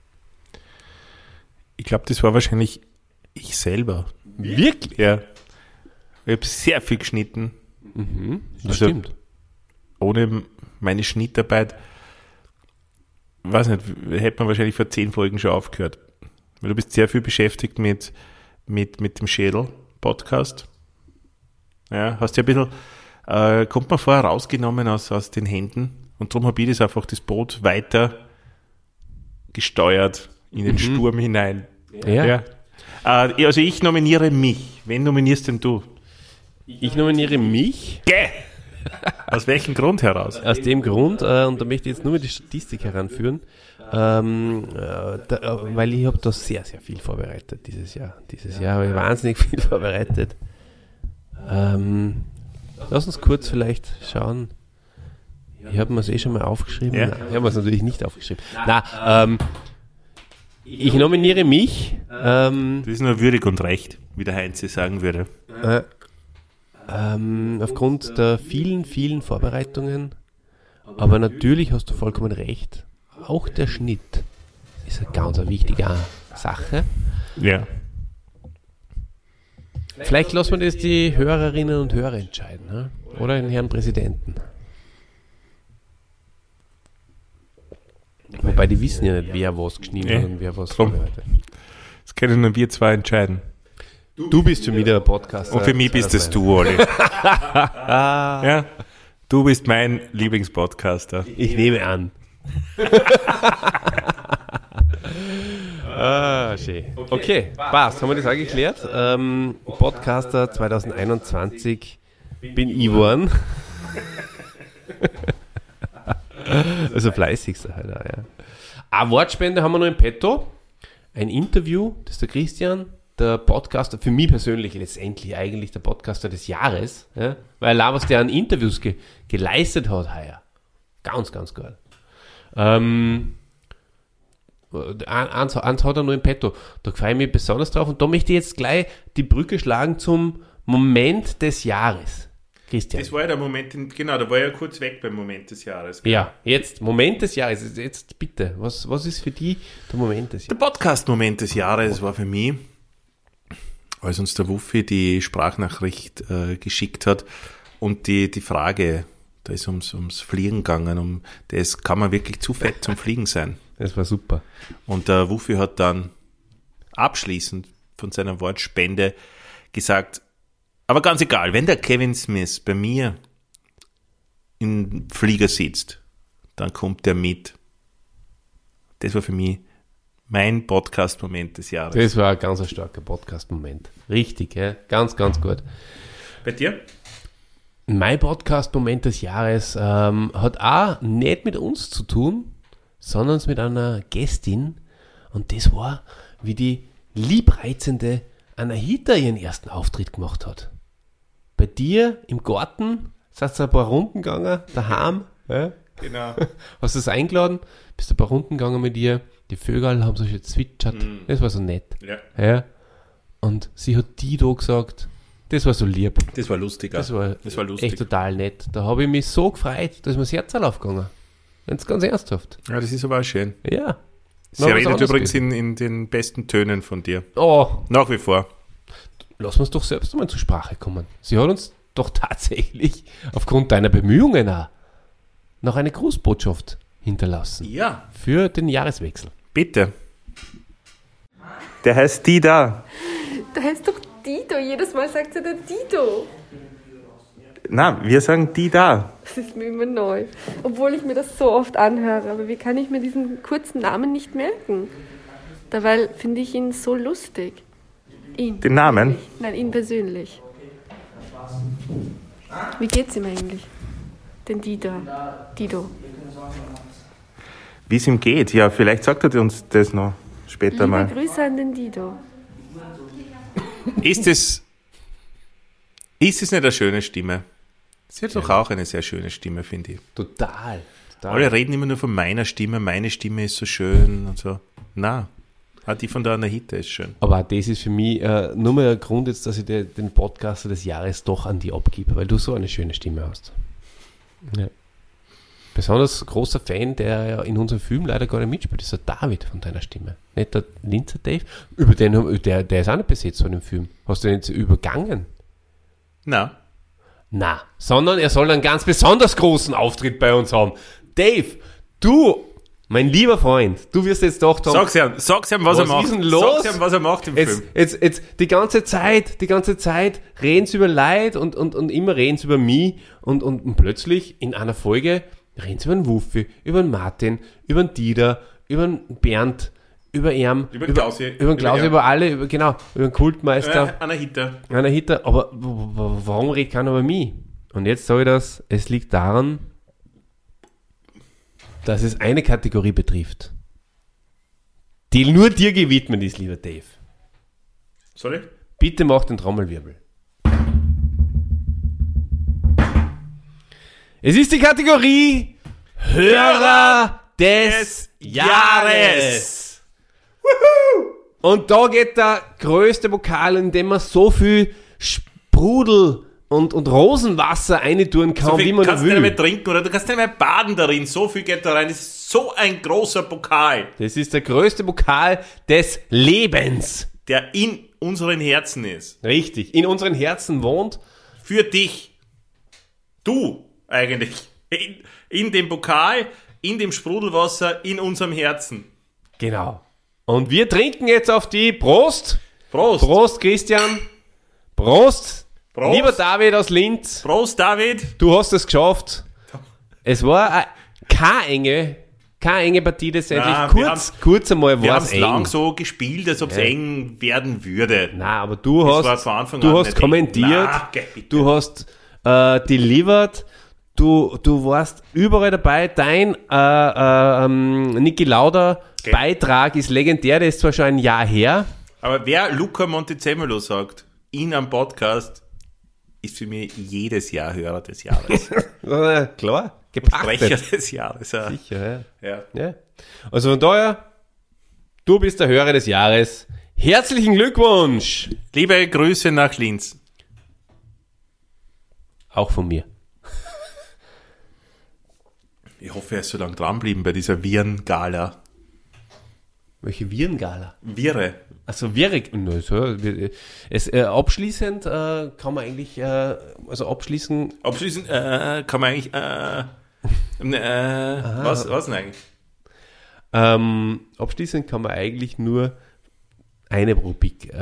Ich glaube, das war wahrscheinlich ich selber. Wirklich? Ja. Ich habe sehr viel geschnitten. Das stimmt. Ohne meine Schnittarbeit, weiß nicht, hätte man wahrscheinlich vor 10 Folgen schon aufgehört. Weil du bist sehr viel beschäftigt mit dem Schädel-Podcast. Ja, hast ja ein bisschen, kommt man vorher rausgenommen aus den Händen und darum habe ich das Boot weiter gesteuert in den Sturm hinein. Ja. Also ich nominiere mich. Wen nominierst denn du? Ich nominiere mich. Aus welchem Grund heraus? Aus dem Grund, und da möchte ich jetzt nur die Statistik heranführen, weil ich habe da sehr, sehr viel vorbereitet dieses Jahr. Dieses Jahr habe ich wahnsinnig viel vorbereitet. Lass uns kurz vielleicht schauen. Ich habe mir es schon mal aufgeschrieben. Ja. Nein, ich habe mir es natürlich nicht aufgeschrieben. Ich nominiere mich. Das ist nur würdig und recht, wie der Heinz sagen würde. Aufgrund der vielen, vielen Vorbereitungen. Aber natürlich hast du vollkommen recht. Auch der Schnitt ist eine ganz wichtige Sache. Ja. Vielleicht lassen wir das die Hörerinnen und Hörer entscheiden, ne? Oder den Herrn Präsidenten. Wobei die wissen ja nicht, wer was geschnitten hat und wer was vorbereitet. Das können nur wir zwei entscheiden. Du bist für mich der Podcaster. Und für mich bist es du, Olli. Ja, du bist mein Lieblingspodcaster. Ich nehme an. Schön. Okay, passt. Haben wir das auch geklärt? Podcaster 2021 bin ich geworden. Also fleißigster halt auch, ja. Eine Wortspende haben wir noch im Petto. Ein Interview, das ist der Christian, der Podcaster, für mich persönlich letztendlich eigentlich der Podcaster des Jahres, ja, weil er was der an Interviews geleistet hat heuer. Ganz, ganz geil. Eins hat er nur im Petto. Da freue ich mich besonders drauf und da möchte ich jetzt gleich die Brücke schlagen zum Moment des Jahres. Christian. Das war ja der Moment, genau, da war ja kurz weg beim Moment des Jahres. Gell? Ja, jetzt, Moment des Jahres. Jetzt bitte, was ist für dich der Moment des Der Jahres? Podcast-Moment des Jahres war für mich, als uns der Wuffi die Sprachnachricht geschickt hat und die Frage, da ist ums Fliegen gegangen, das kann man wirklich zu fett zum Fliegen sein. Das war super. Und der Wuffi hat dann abschließend von seiner Wortspende gesagt, aber ganz egal, wenn der Kevin Smith bei mir im Flieger sitzt, dann kommt er mit. Das war für mich mein Podcast-Moment des Jahres. Das war ein ganz starker Podcast-Moment. Richtig, ja? Ganz, ganz gut. Bei dir? Mein Podcast-Moment des Jahres hat auch nicht mit uns zu tun, sondern mit einer Gästin. Und das war, wie die liebreizende Anahita ihren ersten Auftritt gemacht hat. Bei dir im Garten, hast du ein paar Runden gegangen, daheim. Ja? Genau. Hast du es eingeladen, bist ein paar Runden gegangen mit ihr. Die Vögel haben so schön zwitschert. Das war so nett. Ja. Ja. Und sie hat die da gesagt, das war so lieb. Das war lustig. Das war lustig. echt total nett. Da habe ich mich so gefreut, da ist mir das Herz aufgegangen. Ganz, ganz ernsthaft. Ja, das ist aber auch schön. Ja. Sie redet übrigens in den besten Tönen von dir. Oh, Nach wie vor. lass uns doch selbst mal zur Sprache kommen. Sie hat uns doch tatsächlich aufgrund deiner Bemühungen auch noch eine Grußbotschaft hinterlassen. Ja. Für den Jahreswechsel. Bitte. Der heißt die da. Der heißt doch Dito. Jedes Mal sagt sie der Dito. Na, wir sagen die da. Das ist mir immer neu. Obwohl ich mir das so oft anhöre. Aber wie kann ich mir diesen kurzen Namen nicht merken? Dabei finde ich ihn so lustig. Ihn. Den Namen? Persönlich. Nein, ihn persönlich. Wie geht's ihm eigentlich? Den Dido. Wie es ihm geht? Ja, vielleicht sagt er uns das noch später mal. Liebe Grüße an den Dido. Ist es nicht eine schöne Stimme? Sie hat doch auch eine sehr schöne Stimme, finde ich. Total. Alle reden immer nur von meiner Stimme, meine Stimme ist so schön und so. Na, auch die von der Anahita ist schön. Aber das ist für mich nur mal ein Grund jetzt, dass ich den Podcaster des Jahres doch an die abgebe, weil du so eine schöne Stimme hast. Ja. Besonders großer Fan, der ja in unserem Film leider gar nicht mitspielt, ist der David von deiner Stimme. Nicht der Linzer Dave. Über den, der ist auch nicht besetzt von dem Film. Hast du den jetzt übergangen? Na, Sondern er soll einen ganz besonders großen Auftritt bei uns haben. Dave, du, mein lieber Freund, du wirst jetzt doch... sag's ihm, was er macht. Was ist denn los? Sag's ihm, was er macht im Film. Jetzt die ganze Zeit reden sie über Leid und immer reden sie über mich und plötzlich in einer Folge reden sie über den Wuffi, über den Martin, über den Dieter, über den Bernd, über Erm, Über den Klausi. über den Klausi, über alle, über den Kultmeister, Anahita. Anahita, aber warum redet keiner über mich? Und jetzt sage ich das, es liegt daran, dass es eine Kategorie betrifft, die nur dir gewidmet ist, lieber Dave. Sorry? Bitte mach den Trommelwirbel. Es ist die Kategorie Hörer des Jahres. Und da geht der größte Pokal, in dem man so viel Sprudel und Rosenwasser reintun kann, So viel wie man kannst du nicht will. mehr trinken oder du kannst nicht mehr baden darin. So viel geht da rein. Das ist so ein großer Pokal, Das ist der größte Pokal des Lebens. der in unseren Herzen ist. Richtig, in unseren Herzen wohnt. Für dich. Du eigentlich. In dem Pokal, in dem Sprudelwasser, in unserem Herzen. Genau. Und wir trinken jetzt auf die Prost. Prost. Prost, Christian. Prost. Prost. Lieber David aus Linz, Prost, David. du hast es geschafft. Es war keine Keine enge Partie, das ist Nein, endlich kurz einmal Wir war haben es es lang eng. so gespielt, als ob es eng werden würde. Nein, aber du Das war hast, von Anfang du an hast nicht kommentiert, eng. Nein, geh bitte. du hast delivered, du warst überall dabei. Dein Niki Lauda Beitrag ist legendär, der ist zwar schon ein Jahr her. Aber wer Luca Montezemolo sagt, in einem Podcast, ist für mich jedes Jahr Hörer des Jahres. Klar, Sprecher gepachtet. des Jahres. Ja. Sicher, ja. Ja. Ja. Also von daher, du bist der Hörer des Jahres. Herzlichen Glückwunsch! Liebe Grüße nach Linz. Auch von mir. Ich hoffe, er ist so lange dranbleiben bei dieser Viren-Gala. Welche Virengala? Vire. Also abschließend kann man eigentlich, abschließen, Abschließend kann man eigentlich, was denn eigentlich? abschließend kann man eigentlich nur eine Rubrik.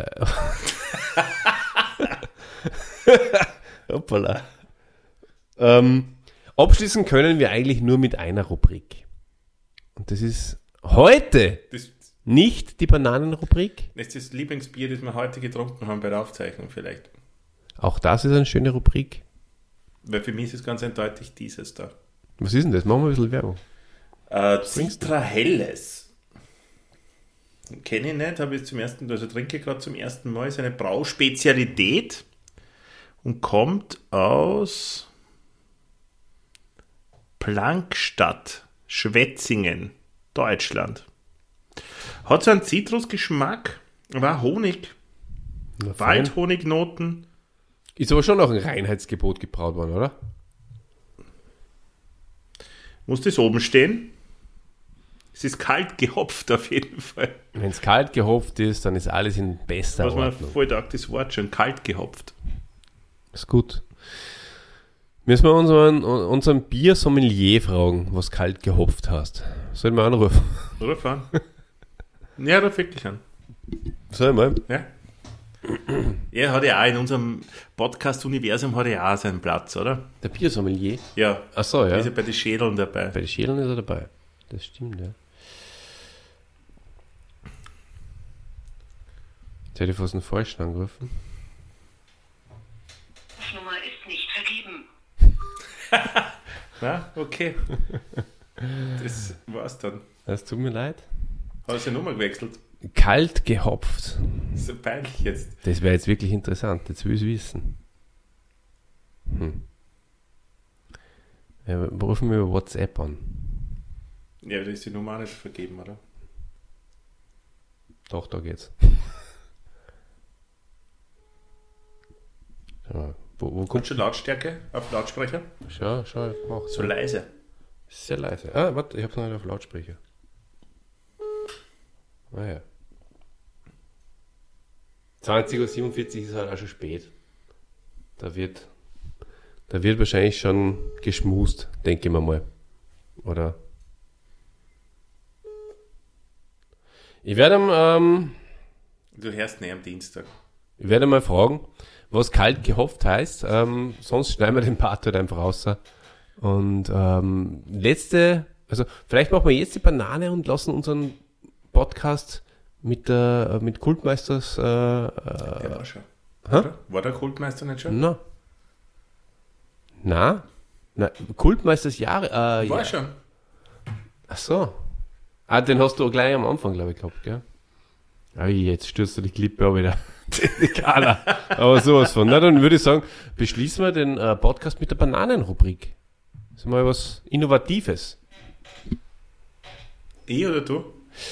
Hoppala. Abschließen können wir eigentlich nur mit einer Rubrik. Und das ist heute Das nicht die Bananenrubrik. ist das Lieblingsbier, das wir heute getrunken haben bei der Aufzeichnung vielleicht. Auch das ist eine schöne Rubrik. Weil für mich ist es ganz eindeutig dieses da. Was ist denn das? Machen wir ein bisschen Werbung. Citra Helles. Kenne ich nicht, habe ich zum ersten, also trinke gerade zum ersten Mal. Ist eine Brauspezialität und kommt aus Plankstadt, Schwetzingen, Deutschland. Hat so einen Zitrusgeschmack, war Honig, Na, fein. Waldhonignoten. Ist aber schon noch ein Reinheitsgebot gebraut worden, oder? Muss das oben stehen? Es ist kalt gehopft auf jeden Fall. Wenn es kalt gehopft ist, dann ist alles in bester Was man Ordnung. voll taugt, das Wort schon, kalt gehopft. Ist gut. Müssen wir unseren Bier-Sommelier fragen, was kalt gehopft hast. Sollen wir anrufen? Ruf an. Ja, ruf wirklich an. Soll ich mal? Ja. Er hat ja auch in unserem Podcast-Universum hat er auch seinen Platz, oder? Der Bier-Sommelier? Ja. Ach so, ja. Ist er bei den Schädeln dabei. Bei den Schälen ist er dabei. Das stimmt, ja. Jetzt hätte ich fast einen Falschen angerufen. Nummer ist nicht vergeben. Na, okay. Das war's dann. Es tut mir leid. Hat er seine Nummer gewechselt? Kalt gehopft. Das ist so peinlich jetzt. Das wäre jetzt wirklich interessant. Jetzt will ich es wissen. Ja, wir rufen wir über WhatsApp an. Ja, da ist die Nummer auch nicht vergeben, oder? Doch, da geht's. Ja, wo Kommt kommt schon Lautstärke auf Lautsprecher? Schau, ich mach So leise. Sehr leise. Ah, warte, ich hab's noch nicht auf Lautsprecher. Ah ja. 20.47 Uhr ist halt auch schon spät. Da wird wahrscheinlich schon geschmust, denke ich mir mal. Oder? Ich werde Du hörst nicht am Dienstag. mal fragen, was kalt gehopft heißt. Sonst schneiden wir den Part halt einfach raus. Und also vielleicht machen wir jetzt die Banane und lassen unseren Podcast mit Kultmeisters. Der war schon. Hä? Oder? War der Kultmeister nicht schon? Na, Kultmeisters Jahre. War Ja. schon. Ach so. Ah, den hast du auch gleich am Anfang, glaube ich, gehabt, gell? Jetzt stürzt du die Klippe auch wieder. Die Gala. Aber sowas von. Na, dann würde ich sagen, beschließen wir den Podcast mit der Bananenrubrik. Das ist mal was Innovatives. Ich oder du?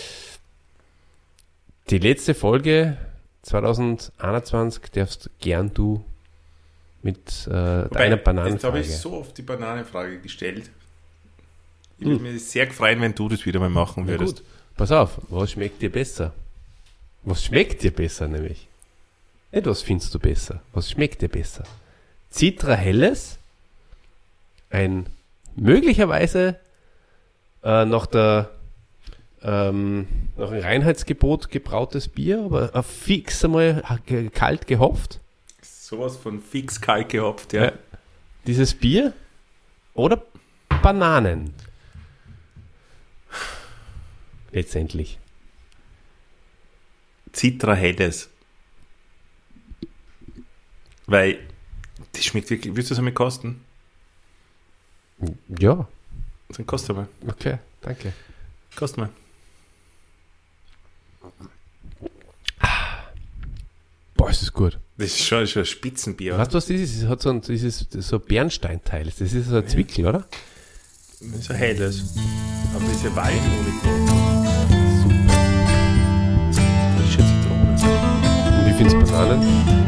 Die letzte Folge 2021 darfst gern du mit deiner Jetzt habe Bananenfrage. ich so oft die Bananenfrage gestellt. Ich würde mich sehr freuen, wenn du das wieder mal machen Na würdest. gut, pass auf, was schmeckt dir besser? Was schmeckt dir besser nämlich? Nicht was findest du besser, was schmeckt dir besser? Citra Helles, ein möglicherweise nach dem Reinheitsgebot gebrautes Bier, aber fix einmal kalt gehopft. Sowas von fix kalt gehopft, ja. Ja. Dieses Bier oder Bananen? Letztendlich. Citra Helles. Weil, das schmeckt wirklich, willst du das einmal kosten? Ja, Dann kost mal. okay, danke. Kost mal. Boah, ist das gut. Das ist schon ein Spitzenbier. Weißt du, was das ist? Es hat so ein Bernsteinteil. Das ist so ein Zwickel, oder? Das ist ein Helles. Aber das ist ja Waldhonig. Frische Zitrone. Und wie findest du Bananen?